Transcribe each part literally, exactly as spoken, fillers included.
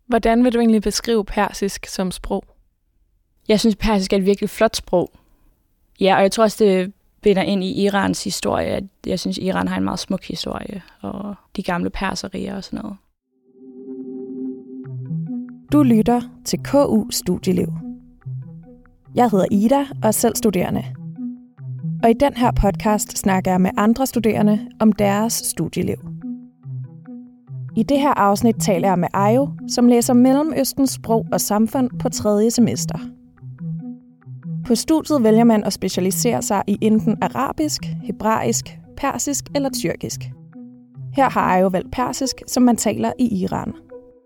Hvordan vil du egentlig beskrive persisk som sprog? Jeg synes, persisk er et virkelig flot sprog. Ja, og jeg tror også, det binder ind i Irans historie. Jeg synes, Iran har en meget smuk historie, og de gamle perseriger og sådan noget. Du lytter til K U Studieliv. Jeg hedder Ida og er selv studerende. Og i den her podcast snakker jeg med andre studerende om deres studieliv. I det her afsnit taler jeg med Ayo, som læser Mellemøstens sprog og samfund på tredje semester. På studiet vælger man at specialisere sig i enten arabisk, hebraisk, persisk eller tyrkisk. Her har Ayo valgt persisk, som man taler i Iran.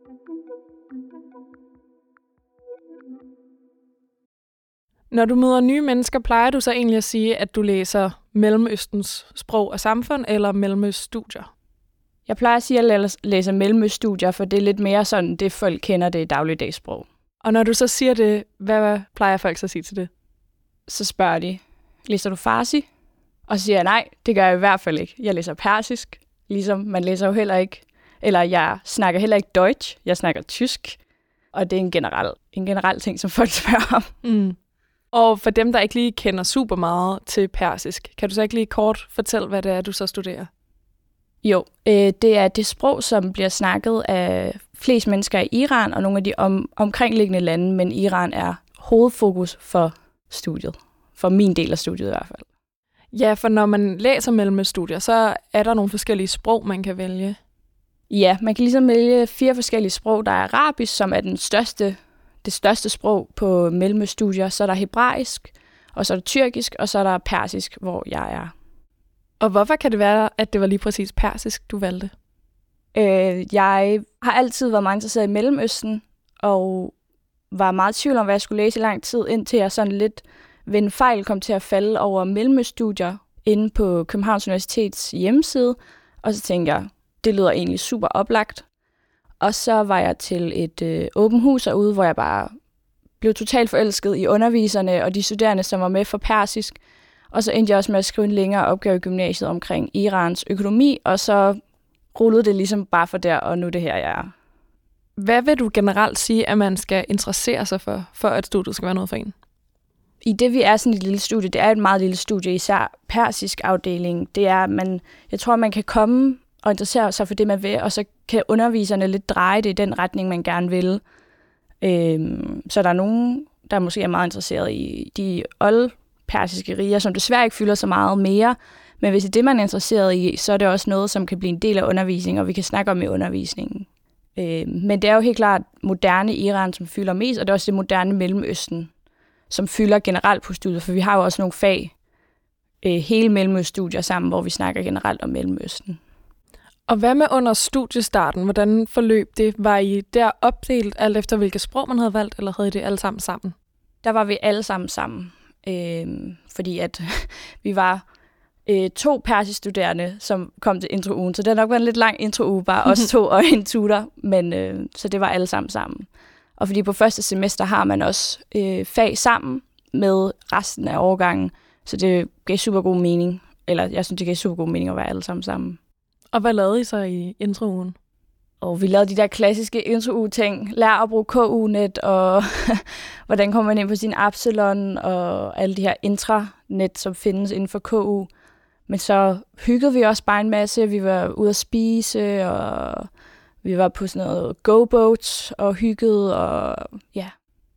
Når du møder nye mennesker, plejer du så egentlig at sige, at du læser Mellemøstens sprog og samfund eller Mellemøststudier? Jeg plejer at sige, at jeg læser Mellemøststudier, for det er lidt mere sådan, det folk kender det i dagligdagssprog. Og når du så siger det, hvad plejer folk så at sige til det? Så spørger de, læser du farsi? Og så siger jeg, nej, det gør jeg i hvert fald ikke. Jeg læser persisk, ligesom man læser jo heller ikke, eller jeg snakker heller ikke deutsch, jeg snakker tysk. Og det er en generel, en generel ting, som folk spørger om. Mm. Og for dem, der ikke lige kender super meget til persisk, kan du så ikke lige kort fortælle, hvad det er, du så studerer? Jo, øh, det er det sprog, som bliver snakket af flest mennesker i Iran og nogle af de om, omkringliggende lande, men Iran er hovedfokus for studiet. For min del af studiet i hvert fald. Ja, for når man læser Mellemøststudier, så er der nogle forskellige sprog, man kan vælge. Ja, man kan ligesom vælge fire forskellige sprog. Der er arabisk, som er den største, det største sprog på Mellemøststudier. Så er der hebraisk, og så er der tyrkisk, og så er der persisk, hvor jeg er. Og hvorfor kan det være, at det var lige præcis persisk, du valgte? Øh, jeg har altid været meget interesseret i Mellemøsten, og var meget i tvivl om, hvad jeg skulle læse i lang tid, indtil jeg sådan lidt ved en fejl kom til at falde over Mellemøststudier inde på Københavns Universitets hjemmeside. Og så tænkte jeg, det lyder egentlig super oplagt. Og så var jeg til et øh, åbent hus herude, hvor jeg bare blev totalt forelsket i underviserne og de studerende, som var med for persisk. Og så endte jeg også med at skrive en længere opgave i gymnasiet omkring Irans økonomi, og så rullede det ligesom bare for der, og nu er det her, jeg er. Hvad vil du generelt sige, at man skal interessere sig for, for at studiet skal være noget for en? I det, vi er sådan et lille studie, det er et meget lille studie, især persisk afdeling, det er, at man, jeg tror, man kan komme og interessere sig for det, man vil, og så kan underviserne lidt dreje det i den retning, man gerne vil. Øhm, så der er nogen, der måske er meget interesseret i de old persiske riger, som desværre ikke fylder så meget mere. Men hvis det er det, man er interesseret i, så er det også noget, som kan blive en del af undervisningen, og vi kan snakke om i undervisningen. Øh, men det er jo helt klart moderne Iran, som fylder mest, og det er også det moderne Mellemøsten, som fylder generelt på studiet, for vi har jo også nogle fag, øh, hele Mellemøststudier sammen, hvor vi snakker generelt om Mellemøsten. Og hvad med under studiestarten? Hvordan forløb det? Var I der opdelt alt efter, hvilket sprog man havde valgt, eller havde I det alle sammen sammen? Der var vi alle sammen sammen. Øh, fordi at vi var øh, to persisk studerende, som kom til intro-ugen, så det har nok været en lidt lang intro-uge, bare os to og en tutor, men øh, så det var alle sammen sammen. Og fordi på første semester har man også øh, fag sammen med resten af årgangen, så det gav super god mening, eller jeg synes, det gav super god mening at være alle sammen sammen. Og hvad lavede I så i intro-ugen? Og vi lavede de der klassiske intro-uge-ting. Lær at bruge K U-net, og hvordan kommer man ind på sin Absalon, og alle de her intranet, som findes inden for K U. Men så hyggede vi også bare en masse. Vi var ude at spise, og vi var på sådan noget go-boat og hyggede, og ja.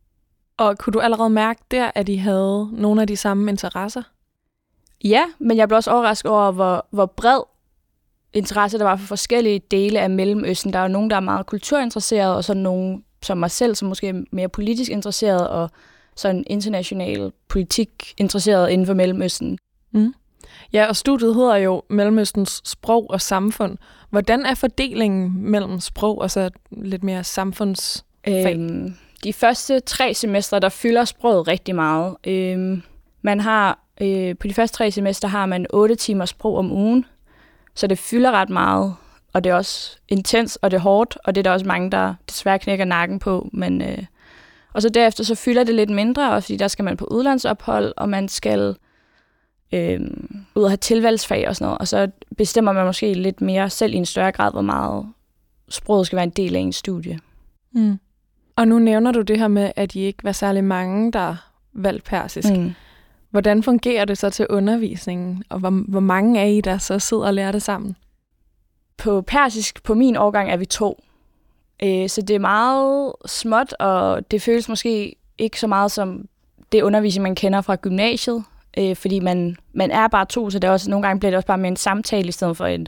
Og kunne du allerede mærke der, at I havde nogle af de samme interesser? Ja, men jeg blev også overrasket over, hvor, hvor bred interesse, der var for forskellige dele af Mellemøsten. Der er jo nogen, der er meget kulturinteresserede, og så nogen som mig selv, som måske er mere politisk interesseret, og sådan international politik interesseret inden for Mellemøsten. Mm. Ja, og studiet hedder jo Mellemøstens sprog og samfund. Hvordan er fordelingen mellem sprog og så lidt mere samfundsfag? Øhm, de første tre semestre, der fylder sproget rigtig meget. Øhm, man har, øh, på de første tre semestre har man otte timer sprog om ugen, så det fylder ret meget, og det er også intens, og det er hårdt, og det er der også mange, der desværre knækker nakken på. Men, øh, og så derefter så fylder det lidt mindre, også fordi der skal man på udlandsophold, og man skal øh, ud og have tilvalgsfag og sådan noget, og så bestemmer man måske lidt mere selv i en større grad, hvor meget sproget skal være en del af ens studie. Mm. Og nu nævner du det her med, at I ikke var særlig mange, der valgte persisk. Mm. Hvordan fungerer det så til undervisningen, og hvor, hvor mange af I, der så sidder og lærer det sammen? På persisk, på min årgang, er vi to. Øh, så det er meget småt, og det føles måske ikke så meget som det undervisning, man kender fra gymnasiet, øh, fordi man, man er bare to, så det er også, nogle gange bliver det også bare med en samtale, i stedet for en,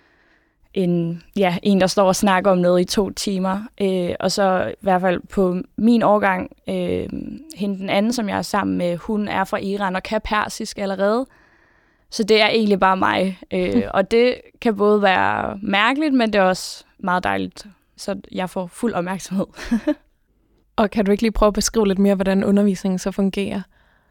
en, ja, en der står og snakker om noget i to timer. Øh, og så i hvert fald på min årgang, øh, hende den anden, som jeg er sammen med, hun er fra Iran og kan persisk allerede. Så det er egentlig bare mig. Øh, og det kan både være mærkeligt, men det er også meget dejligt, så jeg får fuld opmærksomhed. Og kan du ikke lige prøve at beskrive lidt mere, hvordan undervisningen så fungerer?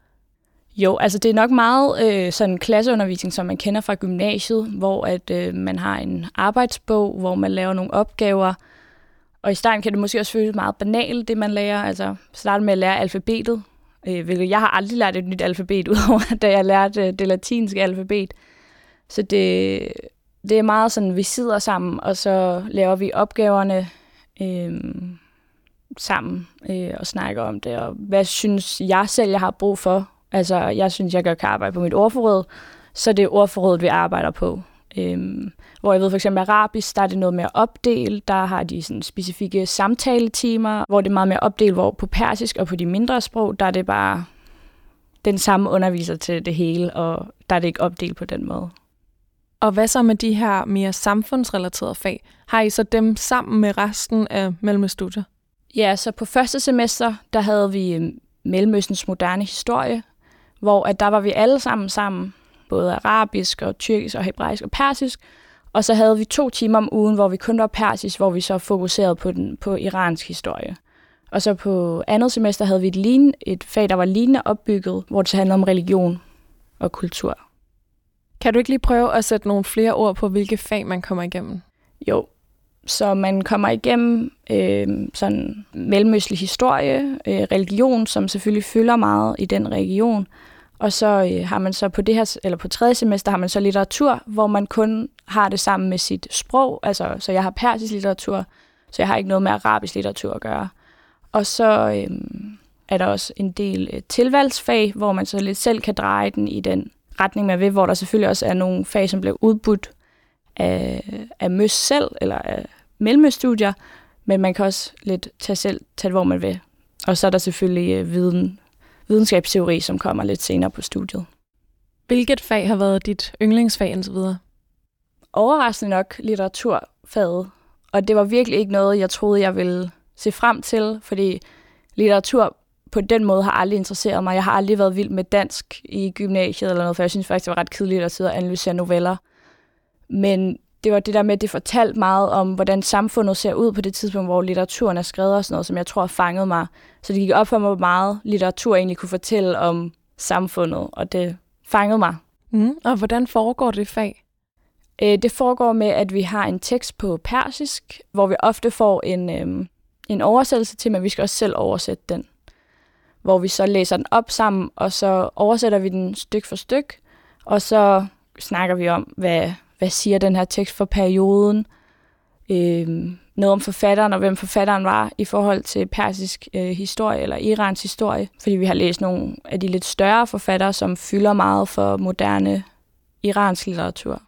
Jo, altså det er nok meget øh, sådan klasseundervisning, som man kender fra gymnasiet, hvor at øh, man har en arbejdsbog, hvor man laver nogle opgaver. Og i starten kan det måske også føles meget banalt, det man lærer. Altså starte med at lære alfabetet, øh, hvilket jeg har aldrig lært et nyt alfabet, udover da jeg lærte øh, det latinske alfabet. Så det, det er meget sådan, vi sidder sammen, og så laver vi opgaverne øh, sammen øh, og snakker om det. Og hvad synes jeg selv, jeg har brug for? Altså, jeg synes, jeg kan arbejde på mit ordforråd, så det er ordforrådet, vi arbejder på. Øhm, hvor jeg ved for eksempel arabisk, der er det noget med at opdele. Der har de sådan specifikke samtaletimer, hvor det er meget mere opdelt, hvor på persisk og på de mindre sprog, der er det bare den samme underviser til det hele, og der er det ikke opdelt på den måde. Og hvad så med de her mere samfundsrelaterede fag? Har I så dem sammen med resten af Mellemøststudier? Ja, så på første semester, der havde vi Mellemøstens moderne historie, hvor at der var vi alle sammen sammen, både arabisk og tyrkisk og hebraisk og persisk, og så havde vi to timer om ugen, hvor vi kun var persisk, hvor vi så fokuserede på den på iransk historie. Og så på andet semester havde vi et, lignende, et fag, der var lignende opbygget, hvor det så handlede om religion og kultur. Kan du ikke lige prøve at sætte nogle flere ord på, hvilke fag man kommer igennem? Jo, så man kommer igennem øh, sådan mellemøstlig historie, øh, religion, som selvfølgelig fylder meget i den region. Og så øh, har man så på det her, eller på tredje semester har man så litteratur, hvor man kun har det sammen med sit sprog. Altså, så jeg har persisk litteratur, så jeg har ikke noget med arabisk litteratur at gøre. Og så øh, er der også en del øh, tilvalgsfag, hvor man så lidt selv kan dreje den i den retning, man vil, hvor der selvfølgelig også er nogle fag, som bliver udbudt af, af Møs selv, eller af Mellemøststudier, men man kan også lidt tage selv, tage hvor man vil. Og så er der selvfølgelig øh, viden, videnskabsteori, som kommer lidt senere på studiet. Hvilket fag har været dit yndlingsfag indtil videre? Overraskende nok litteraturfaget, og det var virkelig ikke noget, jeg troede, jeg ville se frem til, fordi litteratur på den måde har aldrig interesseret mig. Jeg har aldrig været vild med dansk i gymnasiet eller noget, for jeg synes faktisk, det var ret kedeligt at sidde og analysere noveller. Men det var det der med, at det fortalte meget om, hvordan samfundet ser ud på det tidspunkt, hvor litteraturen er skrevet og sådan noget, som jeg tror fangede mig. Så det gik op for mig, hvor meget litteratur egentlig kunne fortælle om samfundet, og det fangede mig. Mm, og hvordan foregår det fag? Det foregår med, at vi har en tekst på persisk, hvor vi ofte får en, øhm, en oversættelse til, men vi skal også selv oversætte den. Hvor vi så læser den op sammen, og så oversætter vi den stykke for stykke, og så snakker vi om, hvad, hvad siger den her tekst for perioden, øhm, noget om forfatteren og hvem forfatteren var i forhold til persisk øh, historie eller Irans historie. Fordi vi har læst nogle af de lidt større forfattere, som fylder meget for moderne iransk litteratur.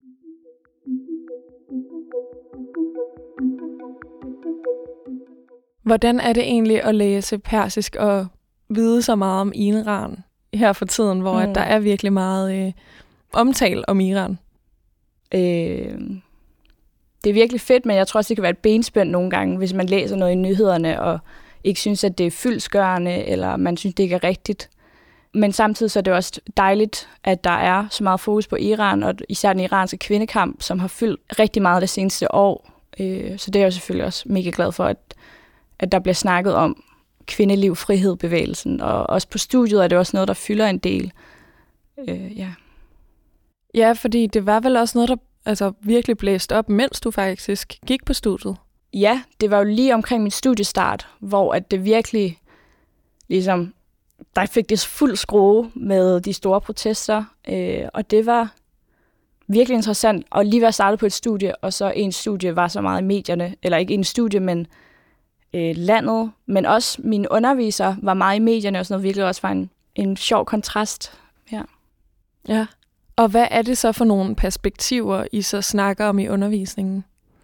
Hvordan er det egentlig at læse persisk og vide så meget om Iran her for tiden, hvor mm. at der er virkelig meget øh, omtale om Iran? Øh, det er virkelig fedt, men jeg tror også, det kan være et benspænd nogle gange, hvis man læser noget i nyhederne og ikke synes, at det er fyldestgørende, eller man synes, det ikke er rigtigt. Men samtidig så er det også dejligt, at der er så meget fokus på Iran, og især den iranske kvindekamp, som har fyldt rigtig meget det seneste år. Øh, så det er jeg selvfølgelig også mega glad for, at at der bliver snakket om kvindeliv, frihed, bevægelsen, og også på studiet er det også noget, der fylder en del. Øh, ja. ja, fordi det var vel også noget, der altså, virkelig blæste op, mens du faktisk gik på studiet. Ja, det var jo lige omkring min studiestart, hvor at det virkelig, ligesom, der fik det fuld skrue med de store protester, øh, og det var virkelig interessant at lige være startet på et studie, og så en studie var så meget i medierne, eller ikke en studie, men øh, landet, men også mine undervisere var meget i medierne, og sådan noget virkelig også var en, en sjov kontrast. Ja. Ja. Og hvad er det så for nogle perspektiver, I så snakker om i undervisningen?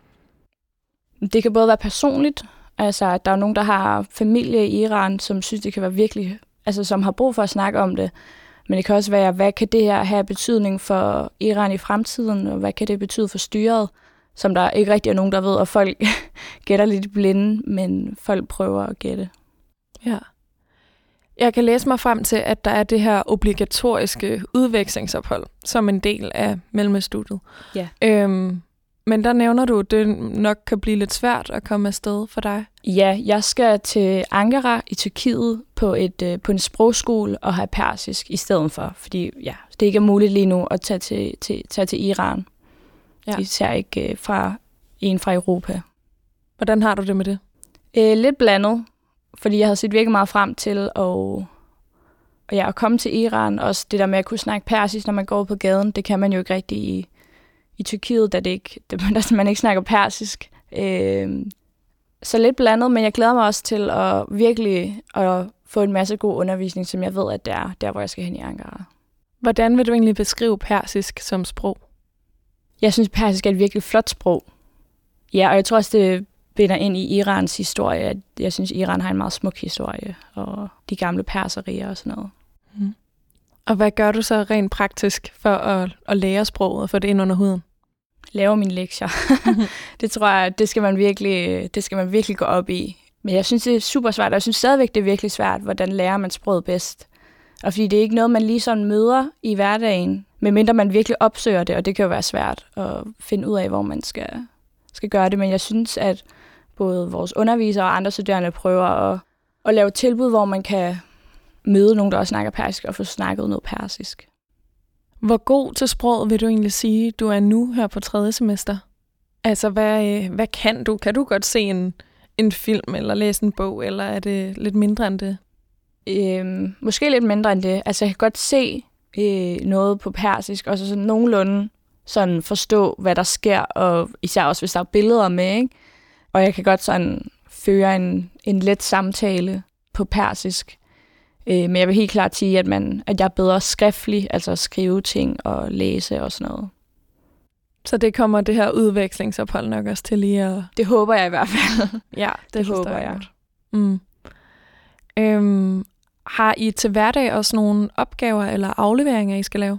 Det kan både være personligt, altså at der er nogen, der har familie i Iran, som synes, det kan være virkelig, altså som har brug for at snakke om det. Men det kan også være, hvad kan det her have betydning for Iran i fremtiden, og hvad kan det betyde for styret, som der ikke rigtig er nogen, der ved, og folk gætter lidt blinde, men folk prøver at gætte. Ja. Jeg kan læse mig frem til, at der er det her obligatoriske udvekslingsophold som en del af mellemstudiet. Ja. Øhm, men der nævner du, at det nok kan blive lidt svært at komme afsted for dig. Ja, jeg skal til Ankara i Tyrkiet på, et, øh, på en sprogskole og have persisk i stedet for, fordi ja, det ikke er muligt lige nu at tage til, til, tage til Iran. Ja. Især ikke øh, fra en fra Europa. Hvordan har du det med det? Øh, lidt blandet, fordi jeg havde set virkelig meget frem til at, og ja, at komme til Iran. Også det der med at kunne snakke persisk, når man går på gaden, det kan man jo ikke rigtig i, i Tyrkiet, da det ikke, da man ikke snakker persisk. Øh, så lidt blandet, men jeg glæder mig også til at virkelig at få en masse god undervisning, som jeg ved, at det er der, hvor jeg skal hen i Ankara. Hvordan vil du egentlig beskrive persisk som sprog? Jeg synes, persisk er et virkelig flot sprog. Ja, og jeg tror også, det binder ind i Irans historie. Jeg synes, Iran har en meget smuk historie, og de gamle perseriger og sådan noget. Mm. Og hvad gør du så rent praktisk for at, at lære sproget og få det ind under huden? Laver mine lektier. Det tror jeg, det skal man virkelig, det skal man virkelig gå op i. Men jeg synes, det er super svært, og jeg synes stadigvæk, det er virkelig svært, hvordan lærer man sproget bedst. Og fordi det er ikke noget, man lige sådan møder i hverdagen, medmindre man virkelig opsøger det, og det kan jo være svært at finde ud af, hvor man skal, skal gøre det. Men jeg synes, at både vores undervisere og andre studerende prøver at, at lave tilbud, hvor man kan møde nogen, der også snakker persisk, og få snakket noget persisk. Hvor god til sproget vil du egentlig sige, du er nu her på tredje semester? Altså, hvad, hvad kan du? Kan du godt se en, en film eller læse en bog, eller er det lidt mindre end det? Øhm, måske lidt mindre end det. Altså, jeg kan godt se øh, noget på persisk, og så sådan nogenlunde sådan forstå, hvad der sker, og især også, hvis der er billeder med, ikke? Og jeg kan godt sådan føre en, en let samtale på persisk. Øh, men jeg vil helt klart sige, at, man, at jeg er bedre skriftlig, altså at skrive ting og læse og sådan noget. Så det kommer det her udvekslingsophold nok også til lige at... Det håber jeg i hvert fald. Ja, det, det håber jeg. jeg. Mm. Øhm, har I til hverdag også nogle opgaver eller afleveringer, I skal lave?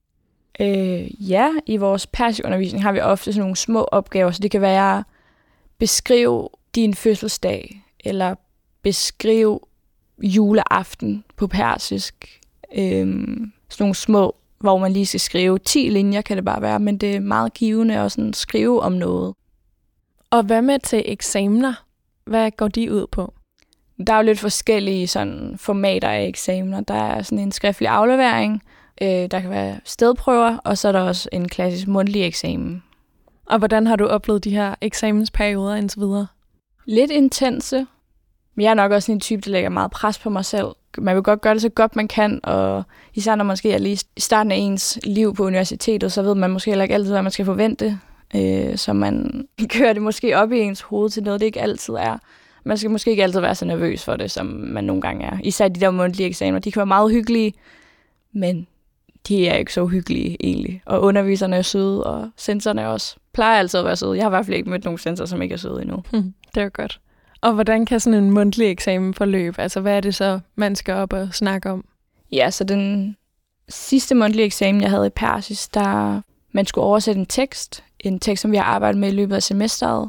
Øh, ja, i vores persiskundervisning har vi ofte sådan nogle små opgaver, så det kan være beskriv din fødselsdag, eller beskriv juleaften på persisk. Øhm, sådan nogle små, hvor man lige skal skrive ti linjer, kan det bare være, men det er meget givende at sådan skrive om noget. Og hvad med til eksamener? Hvad går de ud på? Der er jo lidt forskellige sådan formater af eksamener. Der er sådan en skriftlig aflevering, øh, der kan være stedprøver, og så er der også en klassisk mundtlig eksamen. Og hvordan har du oplevet de her eksamensperioder indtil videre? Lidt intense. Men jeg er nok også en type, der lægger meget pres på mig selv. Man vil godt gøre det så godt, man kan, og især når man måske er lige i starten af ens liv på universitetet, så ved man måske heller ikke altid, hvad man skal forvente. Øh, så man kører det måske op i ens hoved til noget, det ikke altid er. Man skal måske ikke altid være så nervøs for det, som man nogle gange er. Især de der mundtlige eksamener, de kan være meget hyggelige, men de er ikke så hyggelige egentlig. Og underviserne er søde, og sensorerne også plejer altid at være søde. Jeg har i hvert fald ikke mødt nogen sensorer, som ikke er søde endnu. Hmm, det er jo godt. Og hvordan kan sådan en mundtlig eksamen forløbe? Altså, hvad er det så, man skal op og snakke om? Ja, så den sidste mundtlige eksamen, jeg havde i persisk, der man skulle oversætte en tekst. En tekst, som vi har arbejdet med i løbet af semesteret.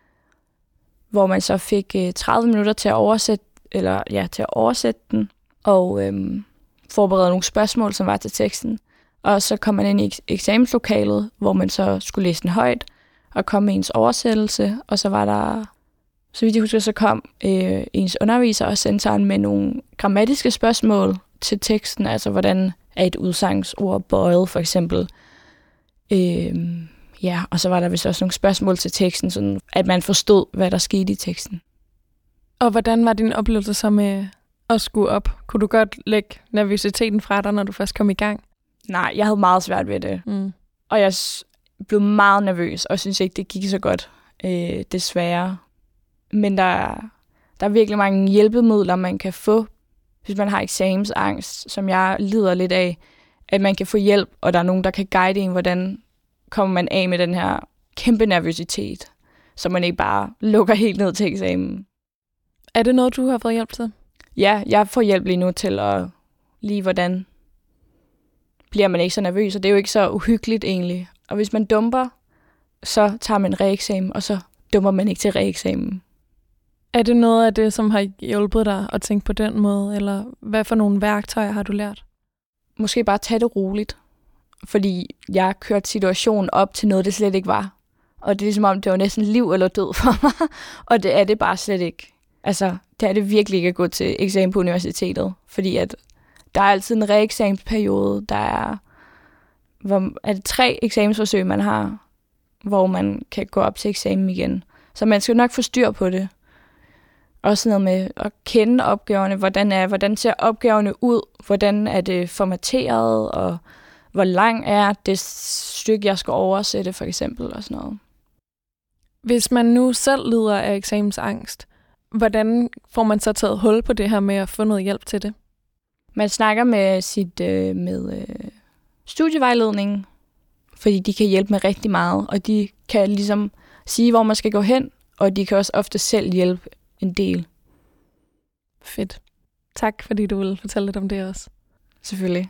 Hvor man så fik tredive minutter til at oversætte, eller ja, til at oversætte den. Og øhm, forberede nogle spørgsmål, som var til teksten. Og så kom man ind i eksamenslokalet, hvor man så skulle læse den højt, og komme med ens oversættelse. Og så var der, så vidt jeg husker, så kom øh, ens underviser og sensoren med nogle grammatiske spørgsmål til teksten. Altså, hvordan er et udsagnsord bøjet, for eksempel. Øh, ja, og så var der vist også nogle spørgsmål til teksten, sådan at man forstod, hvad der skete i teksten. Og hvordan var din oplevelse så med at skulle op? Kunne du godt lægge nervøsiteten fra dig, når du først kom i gang? Nej, jeg havde meget svært ved det. Mm. Og jeg blev meget nervøs, og synes ikke, det gik så godt, øh, desværre. Men der, der er virkelig mange hjælpemidler, man kan få, hvis man har eksamensangst, som jeg lider lidt af, at man kan få hjælp, og der er nogen, der kan guide en, hvordan kommer man af med den her kæmpe nervøsitet, så man ikke bare lukker helt ned til eksamen. Er det noget, du har fået hjælp til? Ja, jeg får hjælp lige nu til at lige, hvordan bliver man ikke så nervøs, og det er jo ikke så uhyggeligt egentlig. Og hvis man dumper, så tager man reeksamen, og så dumper man ikke til reeksamen. Er det noget af det, som har hjulpet dig at tænke på den måde, eller hvad for nogle værktøjer har du lært? Måske bare tage det roligt, fordi jeg kørte situationen op til noget, det slet ikke var. Og det er som om, det var næsten liv eller død for mig, og det er det bare slet ikke. Altså, det er det virkelig ikke at gå til eksamen på universitetet, fordi at der er altid en reeksamensperiode, der er, hvor, er det tre eksamensforsøg, man har, hvor man kan gå op til eksamen igen. Så man skal nok få styr på det. Også noget med at kende opgaverne, hvordan, er, hvordan ser opgaverne ud, hvordan er det formateret, og hvor lang er det stykke, jeg skal oversætte, for eksempel, og sådan noget. Hvis man nu selv lider af eksamensangst, hvordan får man så taget hul på det her med at få noget hjælp til det? Man snakker med sit øh, med øh, studievejledning, fordi de kan hjælpe med rigtig meget, og de kan ligesom sige, hvor man skal gå hen, og de kan også ofte selv hjælpe en del. Fedt. Tak, fordi du ville fortælle lidt om det også. Selvfølgelig.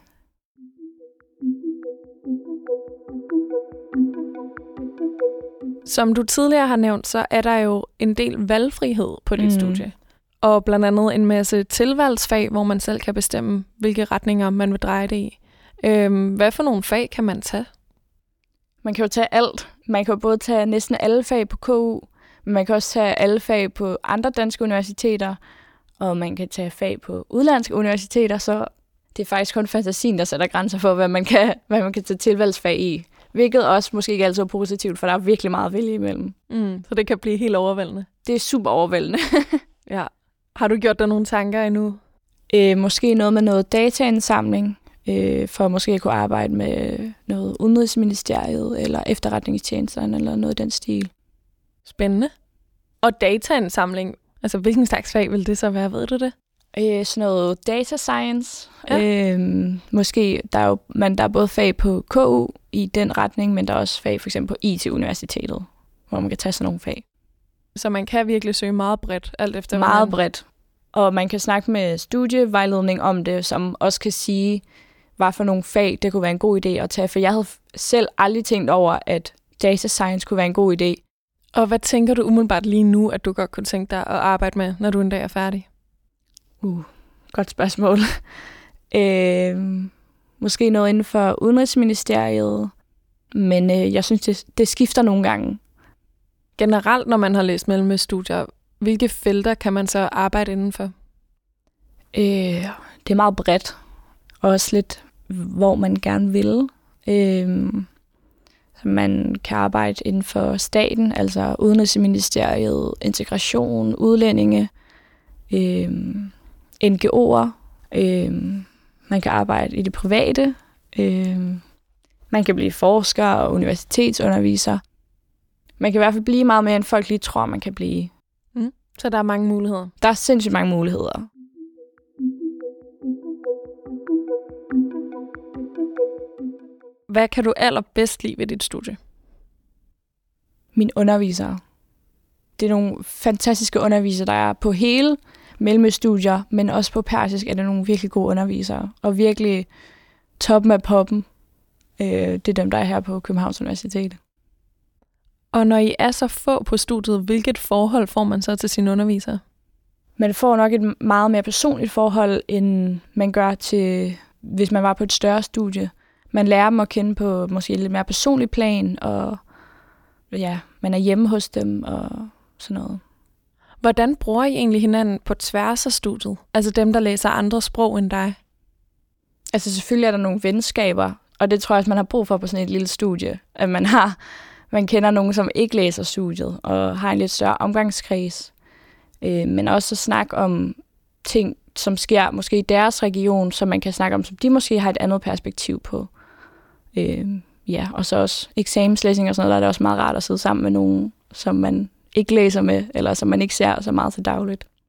Som du tidligere har nævnt, så er der jo en del valgfrihed på dit mm. studie. Og blandt andet en masse tilvalgsfag, hvor man selv kan bestemme, hvilke retninger man vil dreje det i. Øhm, hvad for nogle fag kan man tage? Man kan jo tage alt. Man kan jo både tage næsten alle fag på K U, men man kan også tage alle fag på andre danske universiteter, og man kan tage fag på udenlandske universiteter, så det er faktisk kun fantasien, der sætter grænser for, hvad man kan, hvad man kan tage tilvalgsfag i. Hvilket også måske ikke altid er positivt, for der er virkelig meget at vælge imellem. Mm, så det kan blive helt overvældende. Det er super overvældende. Ja. Har du gjort dig nogle tanker endnu? Øh, måske noget med noget dataindsamling, øh, for måske at kunne arbejde med noget udenrigsministeriet, eller efterretningstjenesterne, eller noget i den stil. Spændende. Og dataindsamling, altså hvilken slags fag vil det så være, ved du det? Øh, sådan noget data science. Ja. Øh, måske, der er jo man, der er både fag på K U i den retning, men der er også fag for eksempel på I T-universitetet, hvor man kan tage sådan nogle fag. Så man kan virkelig søge meget bredt, alt efter Meget hvordan... bredt. Og man kan snakke med studievejledning om det, som også kan sige, hvad for nogle fag det kunne være en god idé at tage. For jeg havde selv aldrig tænkt over, at data science kunne være en god idé. Og hvad tænker du umiddelbart lige nu, at du godt kunne tænke dig at arbejde med, når du en dag er færdig? Uh, godt spørgsmål. øh, måske noget inden for Udenrigsministeriet, men øh, jeg synes, det, det skifter nogle gange. Generelt, når man har læst mellemstudier, hvilke felter kan man så arbejde indenfor? Øh, det er meget bredt, og også lidt, hvor man gerne vil. Øh, så man kan arbejde inden for staten, altså Udenrigsministeriet, integration, udlændinge, øh, N G O'er. Øh, man kan arbejde i det private. Øh, man kan blive forsker og universitetsunderviser. Man kan i hvert fald blive meget mere, end folk lige tror, man kan blive. Mm. Så der er mange muligheder. Der er sindssygt mange muligheder. Hvad kan du allerbedst lide ved dit studie? Mine undervisere. Det er nogle fantastiske undervisere, der er på hele mellemstudier, men også på persisk er der nogle virkelig gode undervisere. Og virkelig toppen af poppen. Øh, det er dem, der er her på Københavns Universitet. Og når I er så få på studiet, hvilket forhold får man så til sine undervisere? Man får nok et meget mere personligt forhold, end man gør til, hvis man var på et større studie. Man lærer dem at kende på måske et lidt mere personlig plan, og ja, man er hjemme hos dem og sådan noget. Hvordan bruger I egentlig hinanden på tværs af studiet? Altså dem, der læser andre sprog end dig? Altså selvfølgelig er der nogle venskaber, og det tror jeg også, man har brug for på sådan et lille studie. At man har, man kender nogen, som ikke læser studiet, og har en lidt større omgangskreds. Øh, men også at snakke om ting, som sker måske i deres region, som man kan snakke om, som de måske har et andet perspektiv på. Øh, ja, og så også eksamenslæsning og sådan noget, der er det også meget rart at sidde sammen med nogen, som man ikke læser med, eller som man ikke ser så meget til dagligt.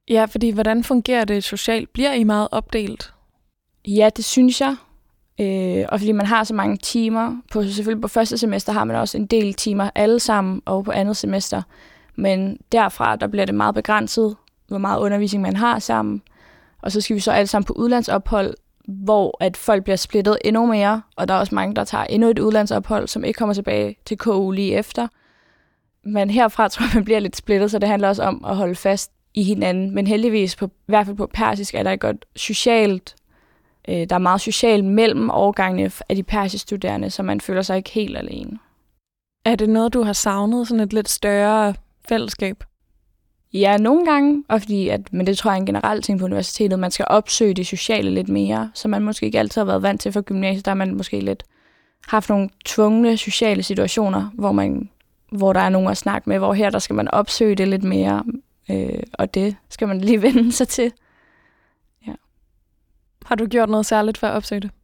Ja, fordi hvordan fungerer det socialt? Bliver I meget opdelt? Ja, det synes jeg. Øh, og fordi man har så mange timer. På, selvfølgelig på første semester har man også en del timer alle sammen, og på andet semester. Men derfra, der bliver det meget begrænset, hvor meget undervisning man har sammen. Og så skal vi så alle sammen på udlandsophold, hvor at folk bliver splittet endnu mere. Og der er også mange, der tager endnu et udlandsophold, som ikke kommer tilbage til K U lige efter. Men herfra tror jeg, man bliver lidt splittet, så det handler også om at holde fast i hinanden. Men heldigvis, på, i hvert fald på persisk, er der et godt socialt. Øh, der er meget socialt mellem årgangene af de persiske studerende, så man føler sig ikke helt alene. Er det noget, du har savnet, sådan et lidt større fællesskab? Ja, nogle gange, og fordi at, men det tror jeg er en generel ting på universitetet. Man skal opsøge det sociale lidt mere, så man måske ikke altid har været vant til for gymnasiet. Der har man måske lidt haft nogle tvungne sociale situationer, hvor, man, hvor der er nogen at snakke med, hvor her der skal man opsøge det lidt mere, øh, og det skal man lige vende sig til. Ja. Har du gjort noget særligt for at opsøge det?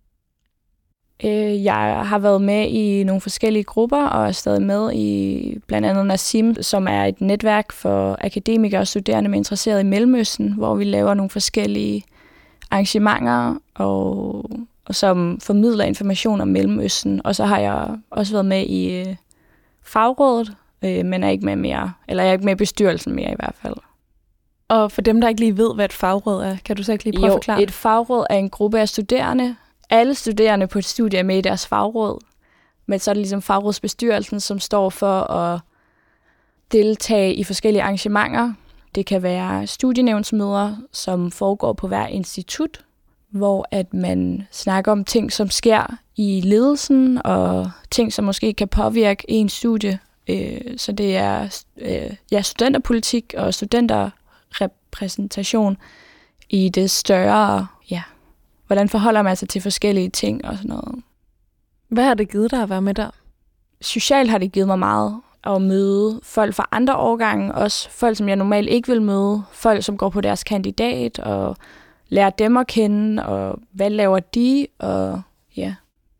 Øh, jeg har været med i nogle forskellige grupper, og er stadig med i blandt andet Nassim, som er et netværk for akademikere og studerende med interesseret i Mellemøsten, hvor vi laver nogle forskellige arrangementer, og, og som formidler information om Mellemøsten. Og så har jeg også været med i øh, fagrådet, øh, men er ikke med mere, eller jeg er ikke med i bestyrelsen mere i hvert fald. Og for dem, der ikke lige ved, hvad et fagråd er, kan du så ikke lige prøve jo, at forklare? Et fagråd er en gruppe af studerende. Alle studerende på et studie er med i deres fagråd, men så er det ligesom fagrådsbestyrelsen, som står for at deltage i forskellige arrangementer. Det kan være studienævnsmøder, som foregår på hver institut, hvor at man snakker om ting, som sker i ledelsen, og ting, som måske kan påvirke ens studie. Så det er ja, studenterpolitik og studenterrepræsentation i det større, ja, hvordan forholder man sig til forskellige ting og sådan noget. Hvad har det givet dig at være med der? Socialt har det givet mig meget at møde folk fra andre årgange, også folk, som jeg normalt ikke vil møde, folk, som går på deres kandidat, og lære dem at kende, og hvad laver de, og ja.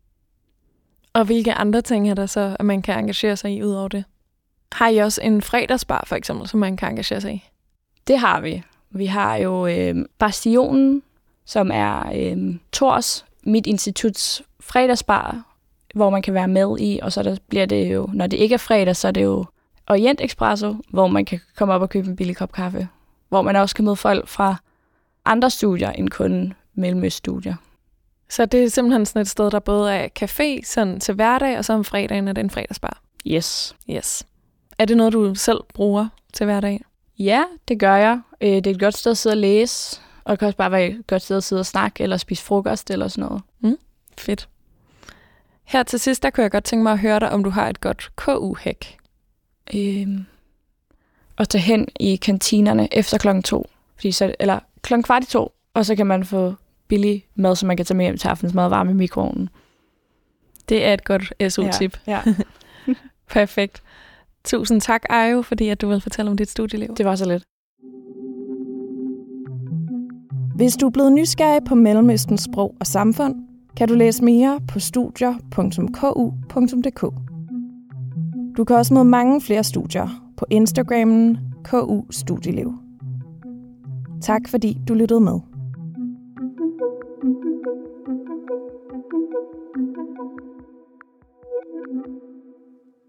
Og hvilke andre ting er der så, at man kan engagere sig i ud over det? Har I også en fredagsbar, for eksempel, som man kan engagere sig i? Det har vi. Vi har jo øh, Bastionen, som er øh, Thors, mit instituts fredagsbar, hvor man kan være med i, og så der bliver det jo, når det ikke er fredag, så er det jo Orient Expresso, hvor man kan komme op og købe en billig kop kaffe, hvor man også kan møde folk fra andre studier end kun Mellemøststudier. Så det er simpelthen sådan et sted, der både er café sådan til hverdag, og så om fredagen er det en fredagsbar? Yes. Yes. Er det noget, du selv bruger til hverdag? Ja, det gør jeg. Det er et godt sted at sidde og læse, og det kan også bare være et godt sted at sidde og snakke, eller spise frokost, eller sådan noget. Mm, fedt. Her til sidst, der kunne jeg godt tænke mig at høre dig, om du har et godt K U-hack. Øhm, at tage hen i kantinerne efter klokken to, fordi så, eller klokken kvart i to, og så kan man få billig mad, som man kan tage med hjem til aftensmad og varme i mikroovnen. Det er et godt S U-tip. Ja, ja. Perfekt. Tusind tak, Ayo, fordi at du vil fortælle om dit studieliv. Det var så lidt. Hvis du er blevet nysgerrig på Mellemøstens sprog og samfund, kan du læse mere på studier punktum k u punktum d k. Du kan også møde mange flere studier på Instagrammen K U Studieliv. Tak fordi du lyttede med.